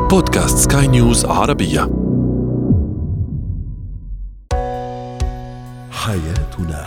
بودكاست سكاي نيوز عربية. حياتنا.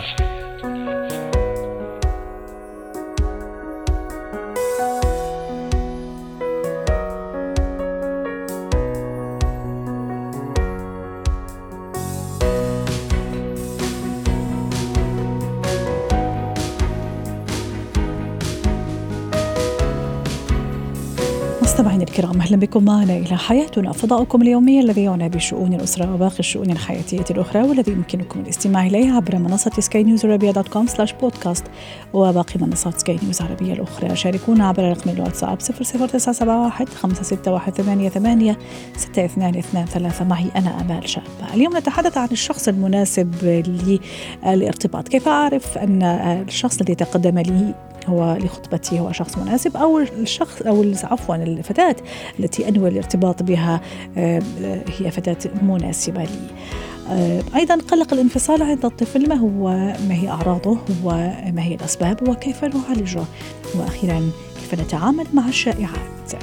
مستمعين الكرام، أهلا بكم معنا إلى حياتنا، فضاؤكم اليومي الذي يعنى بشؤون الأسرة وباقي الشؤون الحياتية الأخرى، والذي يمكنكم الاستماع إليه عبر منصة skynewsarabia.com/podcast وباقي منصات سكاي نيوز عربية الأخرى. شاركونا عبر رقم الواتساب 00971 561 88 معي أنا أمال شاب. اليوم نتحدث عن الشخص المناسب للارتباط. كيف أعرف أن الشخص الذي تقدم لي هو لخطبتي هو شخص مناسب، أو الشخص الفتاة التي أنوي الارتباط بها هي فتاة مناسبة لي. أيضا قلق الانفصال عند الطفل، ما هي أعراضه وما هي الأسباب وكيف نعالجه، وأخيرا كيف نتعامل مع الشائعات.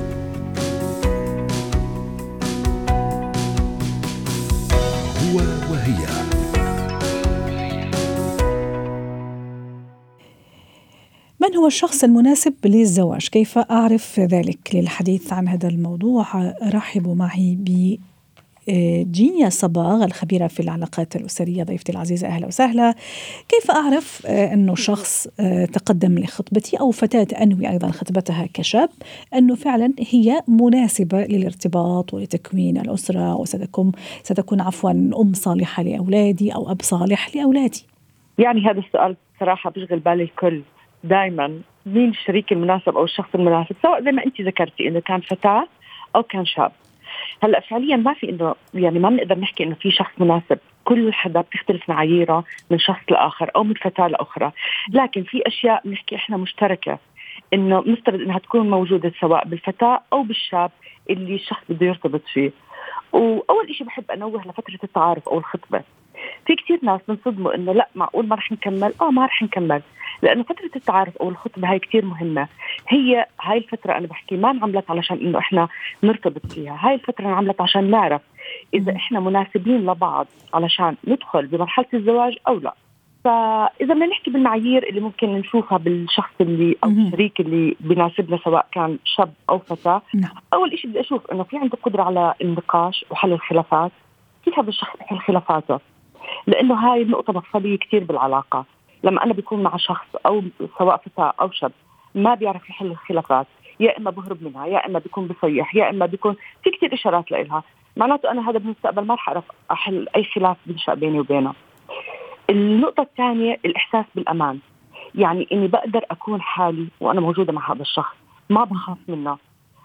هو وهي. من هو الشخص المناسب للزواج؟ كيف أعرف ذلك؟ للحديث عن هذا الموضوع رحبوا معي بجينيا صباغ، الخبيرة في العلاقات الأسرية، ضيفتي العزيزة. أهلا وسهلا. كيف أعرف أنه شخص تقدم لخطبتي أو فتاة أنوي أيضا خطبتها كشاب أنه فعلا هي مناسبة للارتباط ولتكوين الأسرة، ستكون أم صالحة لأولادي أو أب صالح لأولادي؟ يعني هذا السؤال صراحة بيشغل بالي الكل دائما. مين الشريك المناسب أو الشخص المناسب، سواء زي ما أنت ذكرتي إنه كان فتاة أو كان شاب. هلأ فعليا ما في إنه يعني ما بنقدر نحكي إنه في شخص مناسب. كل حدا بتختلف معاييره من شخص لآخر أو من فتاة لأخرى، لكن في أشياء نحكي إحنا مشتركة إنه مفترض إنها تكون موجودة سواء بالفتاة أو بالشاب اللي الشخص بده يرتبط فيه. وأول إشي بحب أنوه لفترة التعارف أو الخطبة. في كتير ناس بنصدموا إنه لا معقول ما رح نكمل، ما رح نكمل، لأنه فترة التعارف أو الخطبة هاي كتير مهمة. هاي الفترة أنا بحكي ما انعملت علشان إنه إحنا نرتبط فيها، هاي الفترة انعملت عشان نعرف إذا إحنا مناسبين لبعض علشان ندخل بمرحلة الزواج أو لا. فإذا بدنا نحكي بالمعايير اللي ممكن نشوفها بالشخص اللي أو الشريك اللي بيناسبنا سواء كان شاب أو فتاة، أول إشي بدي أشوف إنه في عنده قدرة على النقاش وحل الخلافات. كيف هذا الشخص يحل خلافاته؟ لأنه هاي النقطة مفصلية كتير بالعلاقة. لما أنا بيكون مع شخص أو سواء فتاة أو شاب ما بيعرف يحل الخلافات، يا إما بهرب منها، يا إما بيكون بصيح، يا إما بيكون في كتير إشارات لإلها، معناته أنا هذا بالمستقبل ما رح أعرف أحل أي خلاف بنشأ بيني وبينه. النقطة الثانية الإحساس بالأمان، يعني إني بقدر أكون حالي وأنا موجودة مع هذا الشخص، ما بخاف منه،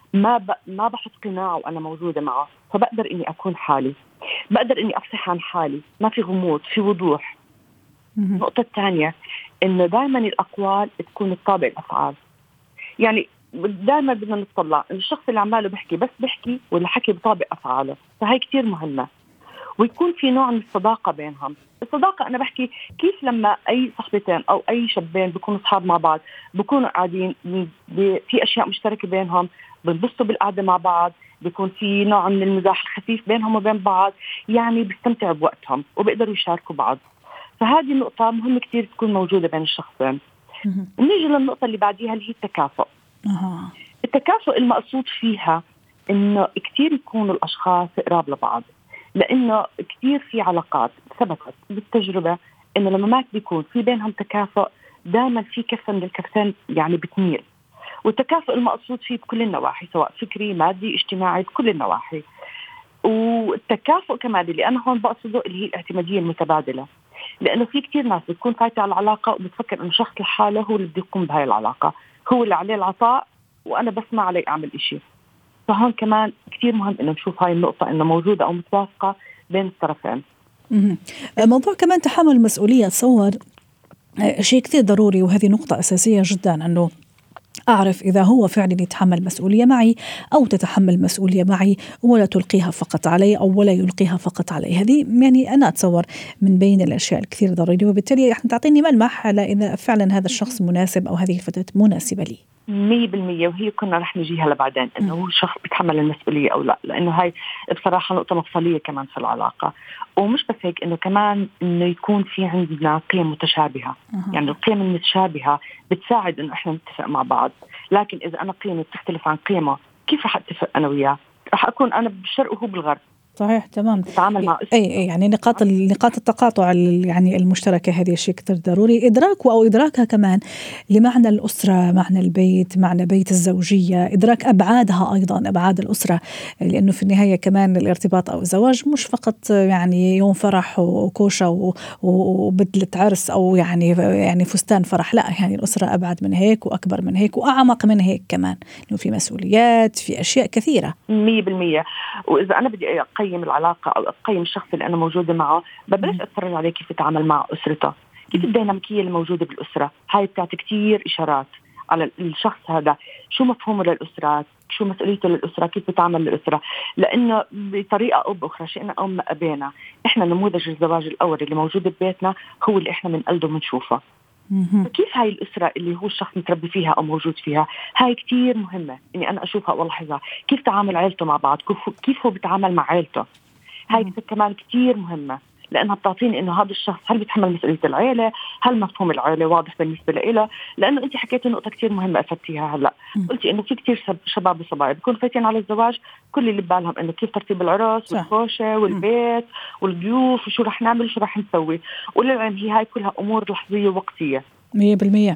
ما بحط قناع وأنا موجودة معه، فبقدر إني أكون حالي، بقدر إني أفصح عن حالي، ما في غموض، في وضوح. النقطة الثانية إنه دائما الأقوال تكون تطابق الأفعال. يعني دائما بدنا نطلع الشخص اللي عماله بحكي ولا حكي بطابق أفعاله، فهي كتير مهمة. ويكون في نوع من الصداقة بينهم. الصداقة أنا بحكي كيف لما أي صحبتين أو أي شابين بيكونوا أصحاب مع بعض، بيكونوا قاعدين في أشياء مشتركة بينهم، بنبسطوا بالقعدة مع بعض، بيكون في نوع من المزاح الخفيف بينهم وبين بعض، يعني بيستمتعوا بوقتهم وبيقدروا يشاركوا بعض. فهذه النقطة مهمة كتير تكون موجودة بين الشخصين. ونيجي للنقطة اللي بعديها اللي هي التكافؤ. التكافؤ المقصود فيها إنه كتير يكونوا الأشخاص قراب لبعض، لأنه كتير في علاقات ثبتت بالتجربة إنه لما ما بيكون في بينهم تكافؤ دائما في كفة من الكفتين يعني بتميل. والتكافؤ المقصود فيه بكل النواحي، سواء فكري مادي اجتماعي، بكل النواحي. والتكافؤ كمان اللي أنا هون بقصده اللي هي الاعتمادية المتبادلة، لأنه في كتير ناس بتكون فايتة على العلاقة وبتفكر إنه شخص لحاله هو اللي بده يقوم بهاي العلاقة، هو اللي عليه العطاء وأنا بس ما علي أعمل إشي. فهون كمان كتير مهم إنه نشوف هاي النقطة إنه موجودة أو متوافقة بين الطرفين. موضوع كمان تحمل المسؤولية، تصور شيء كتير ضروري، وهذه نقطة أساسية جدا، أنه أعرف إذا هو فعلا يتحمل مسؤولية معي أو تتحمل مسؤولية معي ولا تلقيها فقط علي أو ولا يلقيها فقط علي. هذه يعني أنا أتصور من بين الأشياء الكثير ضرورية، وبالتالي تعطيني ملمح على إذا فعلا هذا الشخص مناسب أو هذه الفتاة مناسبة لي. وهي كنا رح نجيها لبعدين إنه هو شخص بيتحمل المسؤولية أو لا، لأنه هاي بصراحة نقطة مفصلية كمان في العلاقة. ومش بس هيك، إنه كمان إنه يكون في عندنا قيم متشابهة. يعني القيم المتشابهة بتساعد إنه إحنا نتفق مع بعض، لكن إذا أنا قيمة بتختلف عن قيمة، كيف رح أتفق أنا وياه؟ رح أكون أنا بالشرق وهو بالغرب. صحيح تمام. تتعامل مع أي يعني نقاط التقاطع يعني المشتركة، هذه شيء كتير ضروري إدراكه أو إدراكها كمان لمعنى الأسرة، معنى البيت، معنى بيت الزوجية، إدراك أبعادها أيضا، أبعاد الأسرة، لأنه في النهاية كمان الارتباط أو الزواج مش فقط يعني يوم فرح وكوشة وبدلة عرس أو يعني فستان فرح، لا، يعني الأسرة أبعد من هيك وأكبر من هيك وأعمق من هيك كمان، إنه في مسؤوليات، في أشياء كثيرة. 100%. وإذا أنا بدي أقيم العلاقة أو أقيم الشخص اللي أنا موجودة معه، ببلش أتفرج عليه كيف يتعامل مع أسرته، كيف الديناميكية الموجودة بالأسرة. هاي بتعطي كتير إشارات على الشخص هذا، شو مفهومه للأسرة، شو مسؤوليته للأسرة، كيف بيتعامل للأسرة. لأنه بطريقة أو بأخرى، شئنا أو ما أبينا، إحنا نموذج الزواج الأول اللي موجود ببيتنا هو اللي إحنا بنقلده وبنشوفه. فكيف هاي الأسرة اللي هو الشخص متربي فيها أو موجود فيها، هاي كتير مهمة إني أنا أشوفها وألاحظها، كيف تعامل عائلته مع بعض، كيف هو بيتعامل مع عائلته. هاي كمان كتير مهمة، لأنها بتعطيني إنه هذا الشخص هل بيتحمل مسؤولية العائلة، هل مفهوم العائلة واضح بالنسبة له. لأنه أنت حكيتي نقطة كتير مهمة أفدتيها هلأ، قلتي إنه في كتير شباب وصبايا بيكونوا فايتين على الزواج، كل اللي ببالهم إنه كيف ترتيب العرس والكوشة والبيت والضيوف وشو رح نعمل وشو رح نسوي، وللعلم هي كلها أمور لحظية ووقتية. 100%.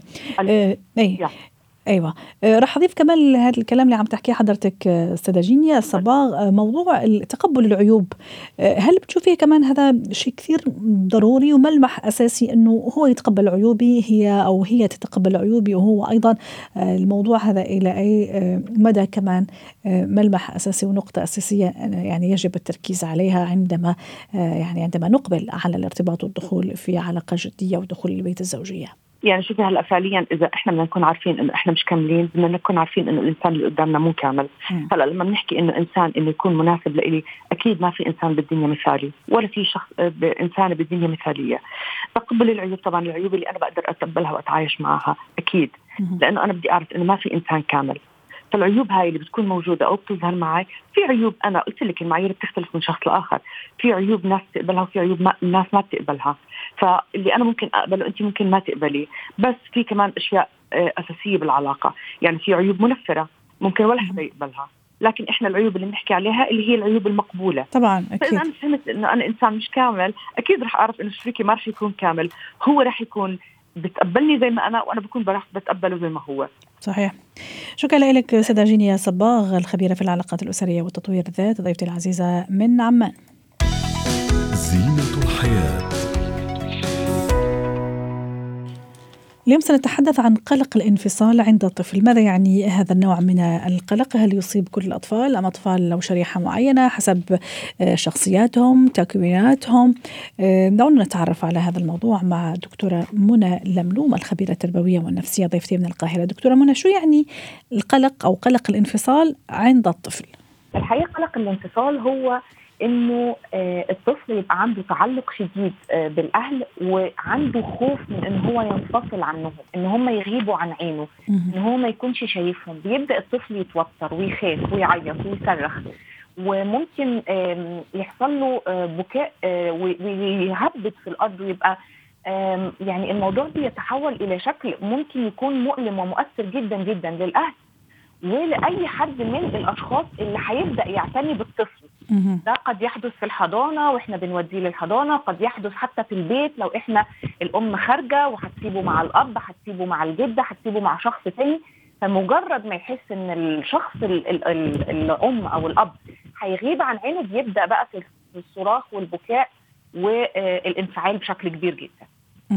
أيوة. رح أضيف كمان لهذا الكلام اللي عم تحكيه حضرتك أستاذة جينيا صباغ، موضوع تقبل العيوب. هل بتشوفي كمان هذا شيء كثير ضروري وملمح أساسي إنه هو يتقبل عيوبي هي تتقبل عيوبي، وهو أيضا الموضوع هذا إلى أي مدى كمان ملمح أساسي ونقطة أساسية يعني يجب التركيز عليها عندما نقبل على الارتباط والدخول في علاقة جدية ودخول البيت الزوجية؟ يعني شوفي هلا فعليا اذا احنا بدنا نكون عارفين انه احنا مش كاملين، بدنا نكون عارفين انه الانسان اللي قدامنا مو كامل. هلا لما بنحكي انه انسان انه يكون مناسب لإلي، اكيد ما في انسان بالدنيا مثالي، ولا في شخص انسان بالدنيا مثاليه. تقبل العيوب، طبعا العيوب اللي انا بقدر اتقبلها واتعايش معها اكيد، لانه انا بدي اعرف انه ما في انسان كامل. فالعيوب هاي اللي بتكون موجودة أو بتظهر معي، في عيوب أنا قلت لك المعايير بتختلف من شخص لآخر، في عيوب ناس تقبلها وفي عيوب ناس ما بتقبلها. فاللي أنا ممكن أقبله أنت ممكن ما تقبلي. بس في كمان أشياء أساسية بالعلاقة، يعني في عيوب منفرة ممكن ولا حدا يقبلها، لكن إحنا العيوب اللي بنحكي عليها اللي هي العيوب المقبولة. طبعا أكيد. فإذا أنا فهمت إنه أنا إنسان مش كامل، أكيد رح أعرف إنه شريكي ما رح يكون كامل، هو رح يكون بتقبلني زي ما أنا، وأنا بكون بتقبله زي ما هو. صحيح. شكرا لك سيدة جينيا صباغ، الخبيرة في العلاقات الأسرية وتطوير الذات، ضيفتي العزيزة من عمان. زينة الحياة. اليوم سنتحدث عن قلق الانفصال عند الطفل. ماذا يعني هذا النوع من القلق؟ هل يصيب كل الأطفال أم أطفال لو شريحة معينة حسب شخصياتهم تكويناتهم؟ دعونا نتعرف على هذا الموضوع مع دكتورة منى لملوم، الخبيرة التربوية والنفسية، ضيفتي من القاهرة. دكتورة منى، شو يعني القلق أو قلق الانفصال عند الطفل؟ الحقيقة قلق الانفصال هو إنه الطفل يبقى عنده تعلق شديد بالأهل، وعنده خوف من إن هو ينفصل عنهم، إن هم يغيبوا عن عينه، إن هو ما يكونش شايفهم. بيبدأ الطفل يتوتر ويخاف ويعيط ويصرخ، وممكن يحصل له بكاء ويهبط في الأرض، ويبقى يعني الموضوع بيتحول إلى شكل ممكن يكون مؤلم ومؤثر جدا جدا للأهل ولأي حد من الأشخاص اللي هيبدأ يعتني بالطفل. ده قد يحدث في الحضانة وإحنا بنوديه للحضانة، قد يحدث حتى في البيت لو إحنا الأم خارجة وهتسيبه مع الأب، هتسيبه مع الجدة، هتسيبه مع شخص تاني. فمجرد ما يحس إن الشخص الأم أو الأب هيغيب عن عينه، بيبدأ بقى في الصراخ والبكاء والانفعال بشكل كبير جدا.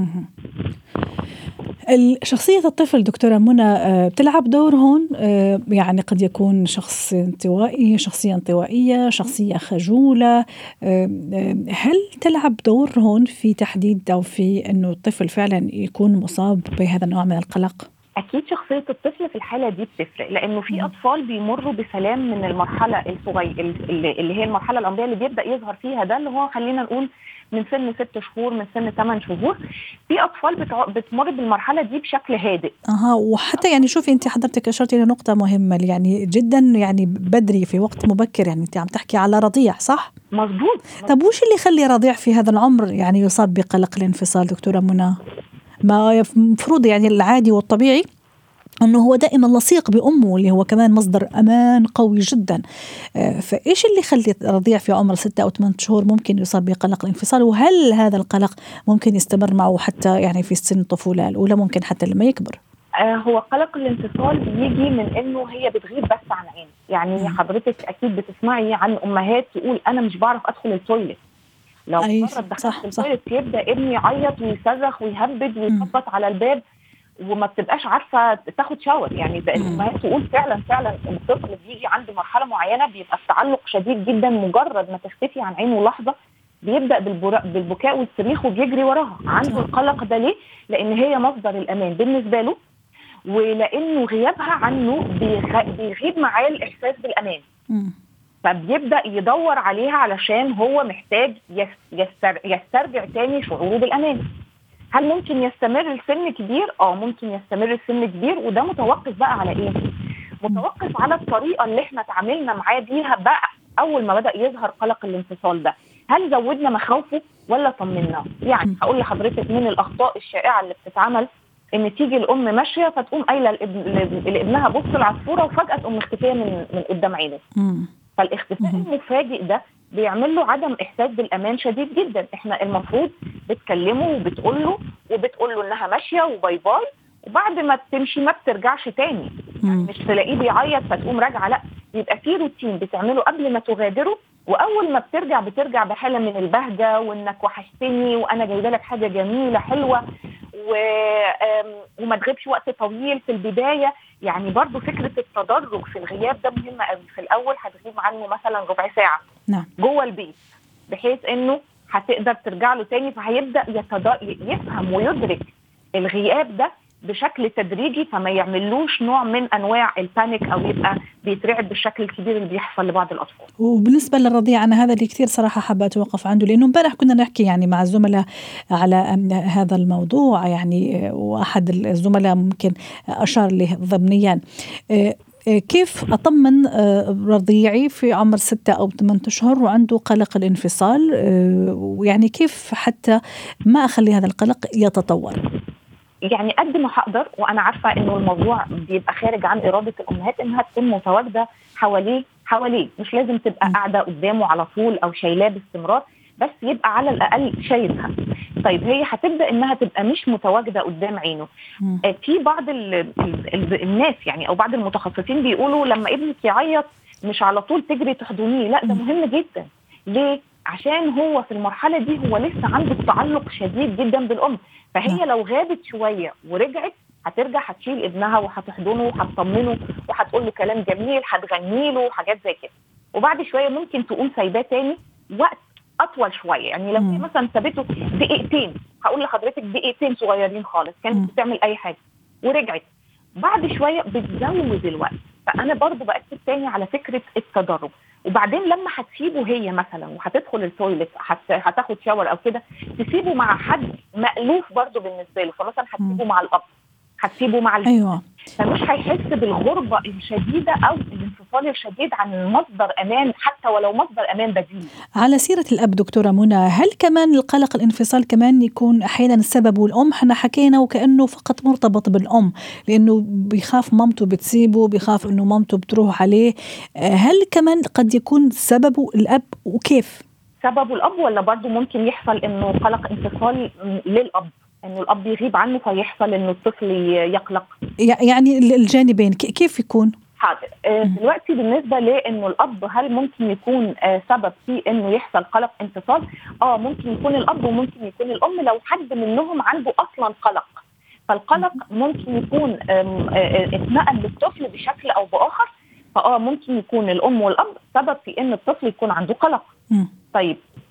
شخصية الطفل دكتورة منى بتلعب دور هون، يعني قد يكون شخص انطوائي، شخصية انطوائية، شخصية خجولة. هل تلعب دور هون في تحديد أو في أنه الطفل فعلا يكون مصاب بهذا النوع من القلق؟ اكيد شخصيه الطفل في الحاله دي بتفرق، لانه في اطفال بيمروا بسلام من المرحله اللي هي المرحله العمريه اللي بيبدا يظهر فيها ده، اللي هو خلينا نقول من سن 6 شهور، من سن 8 شهور. في اطفال بتمر بالمرحله دي بشكل هادئ. وحتى يعني شوفي انت حضرتك اشرتي الى نقطه مهمه، يعني جدا يعني بدري في وقت مبكر، يعني انت عم تحكي على رضيع صح؟ مظبوط. طب وش اللي يخلي رضيع في هذا العمر يعني يصاب بقلق الانفصال دكتوره منى؟ ما المفروض يعني العادي والطبيعي أنه هو دائما لصيق بأمه اللي هو كمان مصدر أمان قوي جدا. فإيش اللي يخلي رضيع في عمر 6 أو 8 شهور ممكن يصاب بقلق الانفصال؟ وهل هذا القلق ممكن يستمر معه حتى يعني في سن الطفولة الأولى، ممكن حتى لما يكبر؟ هو قلق الانفصال بيجي من انه هي بتغيب بس عن عين. يعني حضرتك اكيد بتسمعي عن امهات تقول انا مش بعرف ادخل التويلت، لو مرة دخلت التويلت يبدا ابني يعيط ويصرخ ويهبد ويخبط على الباب وما بتبقاش عارفه تاخد شاور. يعني الامهات تقول فعلا الطفل بيجي عند مرحله معينه بيبقى التعلق شديد جدا، مجرد ما تختفي عن عينه لحظه بيبدا بالبكاء والصريخ وبيجري وراها. عنده القلق ده ليه؟ لان هي مصدر الامان بالنسبه له، ولانه غيابها عنه بيغيب معاه الاحساس بالامان. فبيبدا يدور عليها علشان هو محتاج يسترجع تاني شعوره بالامان. هل ممكن يستمر لسن كبير؟ ممكن يستمر لسن كبير، وده متوقف بقى على ايه؟ متوقف على الطريقه اللي احنا تعاملنا معاه بيها بقى اول ما بدا يظهر قلق الانفصال ده. هل زودنا مخاوفه ولا طمناه؟ يعني هقول لحضرتك من الاخطاء الشائعه اللي بتتعمل ان تيجي الام ماشيه فتقوم قايله لابنها بص العصفوره وفجاه تقوم مختفيه من قدام عينه. فالاختفاء المفاجئ ده بيعمل له عدم احساس بالامان شديد جدا. احنا المفروض بتكلمه وبتقول له انها ماشيه وباي باي، وبعد ما تمشي ما بترجعش تاني. يعني مش تلاقيه بيعيط فتقوم راجعه، لا، يبقى في روتين بتعمله قبل ما تغادره، واول ما بترجع بحاله من البهجه وانك وحشتني وانا جايبه لك حاجه جميله حلوه وما تغيبش وقت طويل في البدايه. يعني برضو فكره التدرج في الغياب ده مهمه قوي. في الاول هتغيب عنه مثلا ربع ساعه جوه البيت، بحيث انه هتقدر ترجع له تاني، فهيبدا يفهم ويدرك الغياب ده بشكل تدريجي، فما يعملوش نوع من انواع البانيك او يبقى بيترعب بالشكل الكبير اللي بيحصل لبعض الاطفال. وبالنسبه للرضيع انا هذا اللي كثير صراحه حابه اتوقف عنده، لانه امبارح كنا نحكي يعني مع الزملاء على هذا الموضوع، يعني واحد الزملاء ممكن اشار له ضمنيا كيف أطمن رضيعي في عمر 6 أو 8 أشهر وعنده قلق الانفصال، ويعني كيف حتى ما أخلي هذا القلق يتطور؟ يعني قد ما هقدر، وأنا عارفة إنه الموضوع بيبقى خارج عن إرادة الأمهات إنها تكون متواجدة حواليه، مش لازم تبقى قاعدة قدامه على طول أو شايلاه باستمرار، بس يبقى على الأقل شايفها. طيب هي هتبدأ إنها تبقى مش متواجدة قدام عينه. في بعض الناس يعني أو بعض المتخصصين بيقولوا لما ابنك يعيط مش على طول تجري تحضنيه، لا ده مهم جدا. ليه؟ عشان هو في المرحلة دي هو لسه عنده تعلق شديد جدا بالأم، فهي لو غابت شوية ورجعت هترجع هتشيل ابنها وهتحضنه وهتطمنه وهتقول له كلام جميل، هتغني له حاجات زي كده، وبعد شوية ممكن تقوم سايباه تاني وقت أطول شوية. يعني لو هي مثلا سابته دقيقتين، هقول لحضرتك دقيقتين صغيرين خالص كانت بتعمل أي حاجة ورجعت، بعد شوية بتزود الوقت. فأنا برضو بأكد تاني على فكرة التدرج. وبعدين لما هتسيبه هي مثلا وهتدخل التويلت هتاخد شاور أو كده، تسيبه مع حد مألوف برضو بالنسبة له، فمثلا هتسيبه مع الأب، هتسيبه مع أيوة. فمش هيحس بالغربة الشديدة أو الانفصال الشديد عن مصدر أمان، حتى ولو مصدر أمان بديل. على سيرة الأب دكتورة منى، هل كمان القلق الانفصال كمان يكون أحيانا السبب الأم؟ حنا حكينا وكأنه فقط مرتبط بالأم، لأنه بيخاف مامته بتسيبه، بيخاف أنه مامته بتروح عليه. هل كمان قد يكون سببه الأب، وكيف؟ سببه الأب، ولا برضو ممكن يحصل أنه قلق انفصال للأب، انه الاب يغيب عنه فيحصل انه الطفل يقلق؟ يعني الجانبين كيف يكون؟ حاضر. دلوقتي بالنسبه لانه الاب هل ممكن يكون سبب في انه يحصل قلق انفصال؟ ممكن يكون الاب وممكن يكون الام لو حد منهم عنده اصلا قلق. فالقلق ممكن يكون اتنقل للطفل بشكل او باخر، ممكن يكون الام والاب سبب في ان الطفل يكون عنده قلق. طيب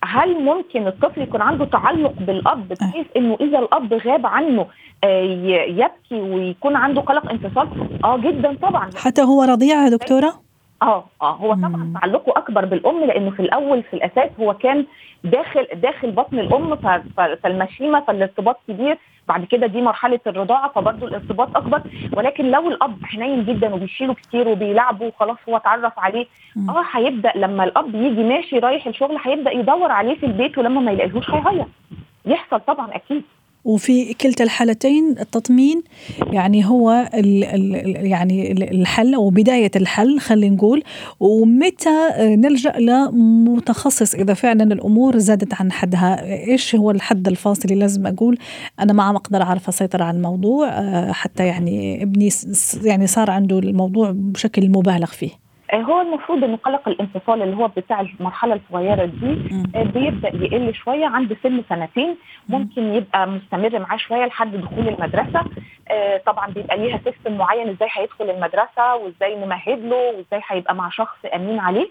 هل ممكن الطفل يكون عنده تعلق بالأب بحيث إنه إذا الأب غاب عنه يبكي ويكون عنده قلق انفصال؟ جدا طبعا. حتى هو رضيع يا دكتورة؟ هو طبعا تعلقه أكبر بالأم، لأنه في الأول في الأساس هو كان داخل بطن الأم، فالمشيمة، فالارتباط كبير. بعد كده دي مرحلة الرضاعة، فبرضه الارتباط أكبر. ولكن لو الأب حنين جدا وبيشيله كتير وبيلعبه وخلاص هو اتعرف عليه، هيبدأ لما الأب يجي ماشي رايح الشغل هيبدأ يدور عليه في البيت، ولما ما يلاقيهوش هيعيط. يحصل طبعا أكيد. وفي كلتا الحالتين التطمين يعني هو يعني الحل أو بداية الحل خلينا نقول. ومتى نلجأ لمتخصص إذا فعلا الأمور زادت عن حدها؟ إيش هو الحد الفاصل اللي لازم أقول أنا ما عم أقدر أعرف أسيطر على الموضوع حتى يعني ابني يعني صار عنده الموضوع بشكل مبالغ فيه؟ هو المفروض ان قلق الانفصال اللي هو بتاع المرحله الصغيره دي بيبدا يقل شويه عند سن 2 ممكن يبقى مستمر معاه شويه لحد دخول المدرسه. طبعا بيبقى ليها سيستم معين ازاي هيدخل المدرسه وازاي نمهد له وازاي هيبقى مع شخص امين عليه.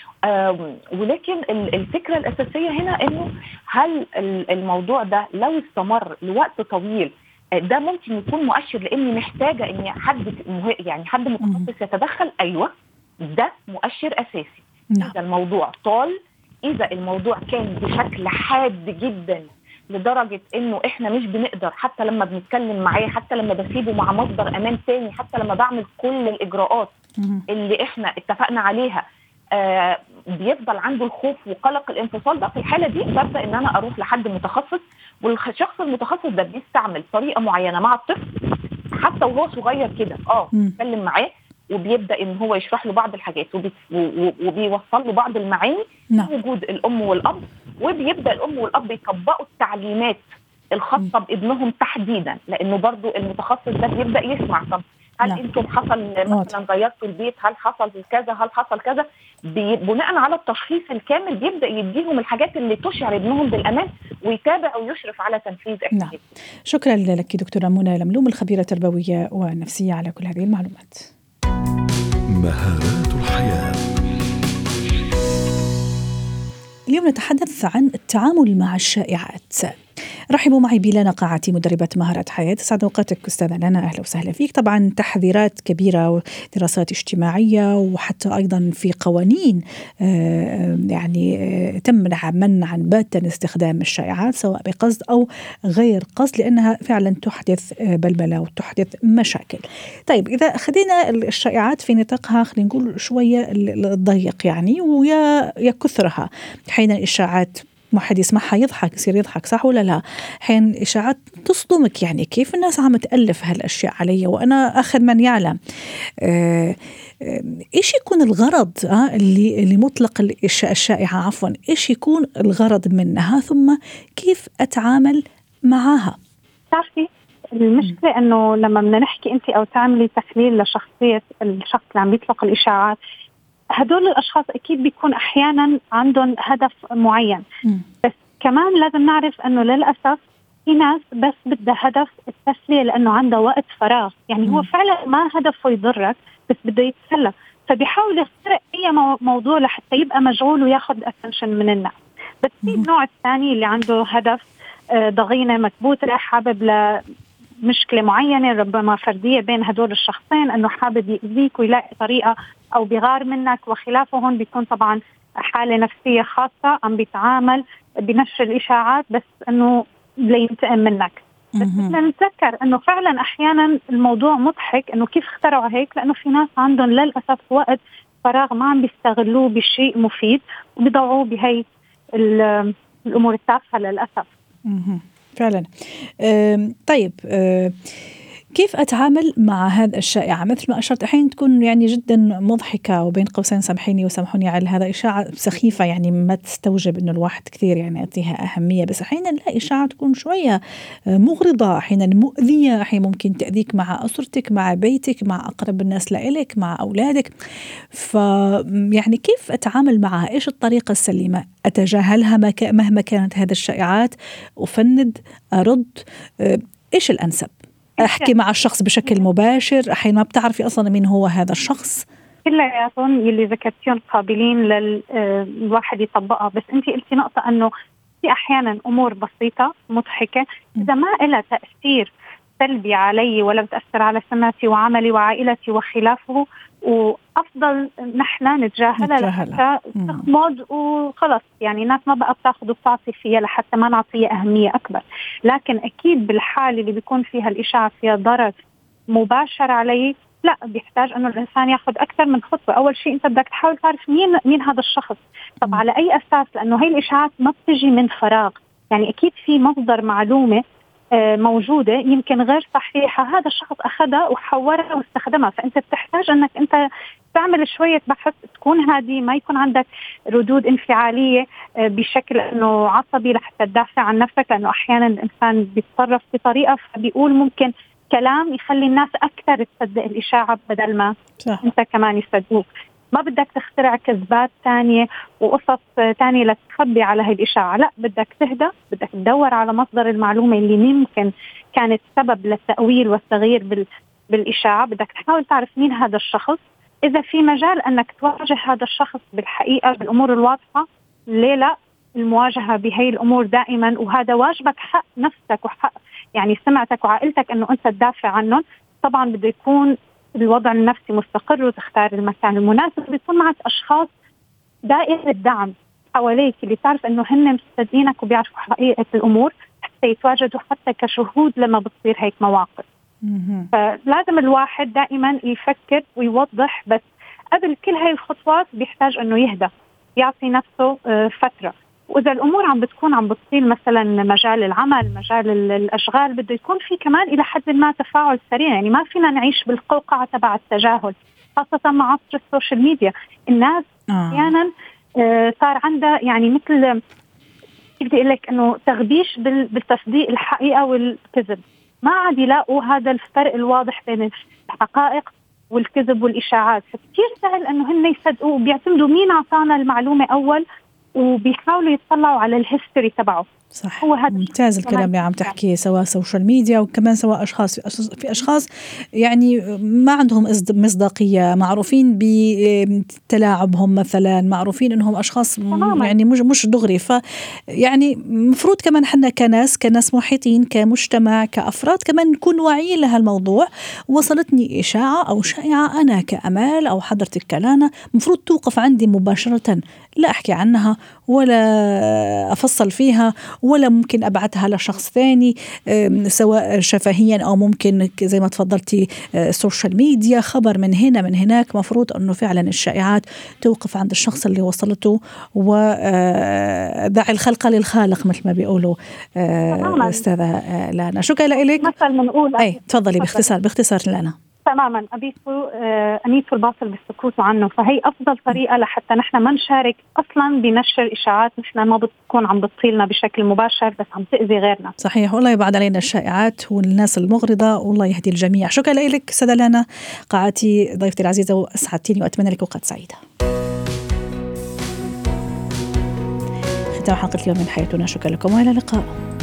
ولكن الفكره الاساسيه هنا انه هل الموضوع ده لو استمر لوقت طويل ده ممكن يكون مؤشر لاني محتاجه ان حد متخصص يتدخل. ايوه، ده مؤشر أساسي. إذا الموضوع طال، إذا الموضوع كان بشكل حاد جدا لدرجة إنه إحنا مش بنقدر حتى لما بنتكلم معاه، حتى لما بسيبه مع مصدر أمان تاني، حتى لما بعمل كل الإجراءات اللي إحنا اتفقنا عليها، بيفضل عنده الخوف وقلق الانفصال ده. في الحالة دي ببدأ إن أنا أروح لحد متخصص، والشخص المتخصص ده بيستعمل طريقة معينة مع الطفل حتى وهو صغير كده. بيتكلم معاه وبيبدأ إن هو يشرح له بعض الحاجات وبيوصل له بعض المعاني وجود الأم والأب، وبيبدأ الأم والأب يطبقوا التعليمات الخاصة بابنهم تحديدا، لأنه برضو المتخصص ده بيبدأ يسمع. طب هل أنتم حصل مثلا غيرتوا البيت؟ هل حصل كذا؟ هل حصل كذا؟ بناء على التشخيص الكامل بيبدأ يديهم الحاجات اللي تشعر ابنهم بالأمان ويتابع ويشرف على تنفيذ احتياجاته. شكرا لك دكتورة منى لملوم، الخبيرة التربوية والنفسية، على كل هذه المعلومات. مهارات الحياة. اليوم نتحدث عن التعامل مع الشائعات. رحبوا معي بلنا قاعتي مدربة مهارات حياة. سعد اوقاتك أستاذة لنا، أهلا وسهلا فيك. طبعا تحذيرات كبيرة ودراسات اجتماعية وحتى أيضا في قوانين يعني تمنع منعا باتا استخدام الشائعات سواء بقصد أو غير قصد، لأنها فعلا تحدث بلبلة وتحدث مشاكل. طيب إذا خدينا الشائعات في نطاقها خلينا نقول شوية الضيق يعني ويا كثرها، حين الإشاعات واحد يسمعها يضحك، يصير يضحك، صح ولا لا؟ حين إشاعات تصدمك، يعني كيف الناس عم تألف هالأشياء علي وأنا آخر من يعلم. إيش يكون الغرض اللي مطلق الشائعة، عفوا إيش يكون الغرض منها، ثم كيف أتعامل معها؟ تعرفي المشكلة أنه لما بدنا نحكي أنت أو تعملي تحليل لشخصية الشخص اللي عم يطلق الإشاعات، هدول الأشخاص أكيد بيكون أحيانا عندهم هدف معين. بس كمان لازم نعرف أنه للأسف في ناس بس بدها هدف التسلية لأنه عنده وقت فراغ، يعني هو فعلا ما هدفه يضرك بس بده يتسلى، فبيحاول يخترق أي موضوع لحتى يبقى مشغول وياخد attention من الناس. بس في النوع الثاني اللي عنده هدف ضغينة مكبوتة، حابب مشكلة معينة ربما فردية بين هدول الشخصين، أنه حابب يأذيك ويلاقي طريقة أو بيغار منك وخلافه. هون بيكون طبعا حالة نفسية خاصة، عم بيتعامل بنشر الإشاعات بس أنه لينتقم منك. بس بدنا نتذكر أنه فعلا أحيانا الموضوع مضحك أنه كيف اخترعوا هيك، لأنه في ناس عندهم للأسف وقت فراغ ما عم بيستغلوه بشيء مفيد وبيضعوه بهي الأمور التافهة للأسف. فعلا. طيب كيف أتعامل مع هذا الشائعة؟ مثل ما أشرت أحيانا تكون يعني جدا مضحكة وبين قوسين سامحيني وسامحوني على هذا إشاعة سخيفة يعني ما تستوجب إنه الواحد كثير يعني يعطيها أهمية، بس أحيانا لا إشاعة تكون شوية مغرضة، أحيانا مؤذية، أحيانا ممكن تأذيك مع أسرتك، مع بيتك، مع أقرب الناس لإلك، مع أولادك. يعني كيف أتعامل معها؟ إيش الطريقة السليمة؟ أتجاهلها مهما كانت هذه الشائعات؟ أفند؟ أرد؟ إيش الأنسب؟ أحكي مع الشخص بشكل مباشر؟ أحيانا ما بتعرفي أصلا مين هو هذا الشخص. كلياتهم يلي ذكرتيهم قابلين للواحد يطبقها. بس انت قلتي نقطة انه في احيانا امور بسيطة مضحكة اذا ما لها تأثير سلبي علي ولا بتأثر على سمعتي وعملي وعائلتي وخلافه، وأفضل نحن نتجاهلها لحتى تخمد وخلص. يعني الناس ما بقى بتاخذ وبتعطي فيها لحتى ما نعطيها أهمية أكبر. لكن أكيد بالحالة اللي بيكون فيها الإشاعة فيها ضرر مباشر علي، لا، بيحتاج أنه الإنسان يأخذ أكثر من خطوة. أول شيء أنت بدك تحاول تعرف مين هذا الشخص. طب على أي أساس؟ لأنه هاي الإشاعات ما بتجي من فراغ، يعني أكيد في مصدر معلومة موجودة يمكن غير صحيحة، هذا الشخص أخذها وحورها واستخدمها. فأنت بتحتاج أنك أنت تعمل شوية بحث، تكون هادي، ما يكون عندك ردود انفعالية بشكل أنه عصبي لحتى تدافع عن نفسك، لأنه أحيانا الإنسان بيتصرف بطريقة فبيقول ممكن كلام يخلي الناس أكثر تصدق الإشاعة بدل ما أنت كمان يصدقوك. ما بدك تخترع كذبات تانية وقصص تانية لتخبي على هاي الإشاعة، لا، بدك تهدى، بدك تدور على مصدر المعلومة اللي ممكن كانت سبب للتأويل والتغيير بالإشاعة. بدك تحاول تعرف مين هذا الشخص. إذا في مجال أنك تواجه هذا الشخص بالحقيقة بالأمور الواضحة، ليه لا؟ المواجهة بهاي الأمور دائما، وهذا واجبك، حق نفسك وحق يعني سمعتك وعائلتك أنه أنت تدافع عنهم. طبعا بده يكون الوضع النفسي مستقر وتختار المكان المناسب، بيكون معك أشخاص دائرة دعم حواليك اللي تعرف أنه هن مصدقينك وبيعرفوا حقيقة الأمور حتى يتواجدوا حتى كشهود لما بتصير هيك مواقف. فلازم الواحد دائما يفكر ويوضح، بس قبل كل هاي الخطوات بيحتاج أنه يهدى، يعطي نفسه فترة. وإذا الأمور عم بتصير مثلا مجال العمل، مجال الأشغال، بده يكون في كمان إلى حد ما تفاعل سريع. يعني ما فينا نعيش بالقوقعة تبع التجاهل، خاصة مع عصر السوشيال ميديا. الناس أحيانا صار عندها يعني مثل كيف بدي أقول لك إنه تغبيش بالتصديق الحقيقة والكذب. ما عاد يلاقوا هذا الفرق الواضح بين الحقائق والكذب والإشاعات، فكتير سهل إنه هن يصدقوا وبيعتمدوا مين عطانا المعلومة أول، وبيحاولوا يطلعوا على الهيستوري تبعه. صح، ممتاز الكلام اللي عم تحكيه، سواء سوشيال ميديا وكمان سواء في أشخاص يعني ما عندهم مصداقية، معروفين بتلاعبهم مثلا، معروفين إنهم أشخاص يعني مش دغري. يعني مفروض كمان حنا كناس محيطين كمجتمع كأفراد كمان نكون واعيين لها الموضوع. وصلتني إشاعة أو شائعة، أنا كأمال أو حضرتك كلانا مفروض توقف عندي مباشرة، لا أحكي عنها ولا أفصل فيها ولا ممكن أبعتها لشخص ثاني، سواء شفهيا أو ممكن زي ما تفضلتي سوشيال ميديا، خبر من هنا من هناك. مفروض أنه فعلا الشائعات توقف عند الشخص اللي وصلته، ودع الخلق للخالق مثل ما بيقولوا أستاذة لانا. شكرا لك. تفضلي باختصار لانا. تماما، أنيتوا الباطل بالسكوت عنه. فهي أفضل طريقة لحتى نحن ما نشارك أصلا بنشر إشاعات نحن ما بتكون عم بتصيلنا بشكل مباشر، بس عم تأذي غيرنا. صحيح، والله يبعد علينا الشائعات والناس المغرضة، والله يهدي الجميع. شكرا لك سادة لانا، قاعتي ضيفتي العزيزة، وأسعدتيني وأتمنى لك أوقات سعيدة. ختام حلقة اليوم من حياتنا، شكرا لكم وإلى اللقاء.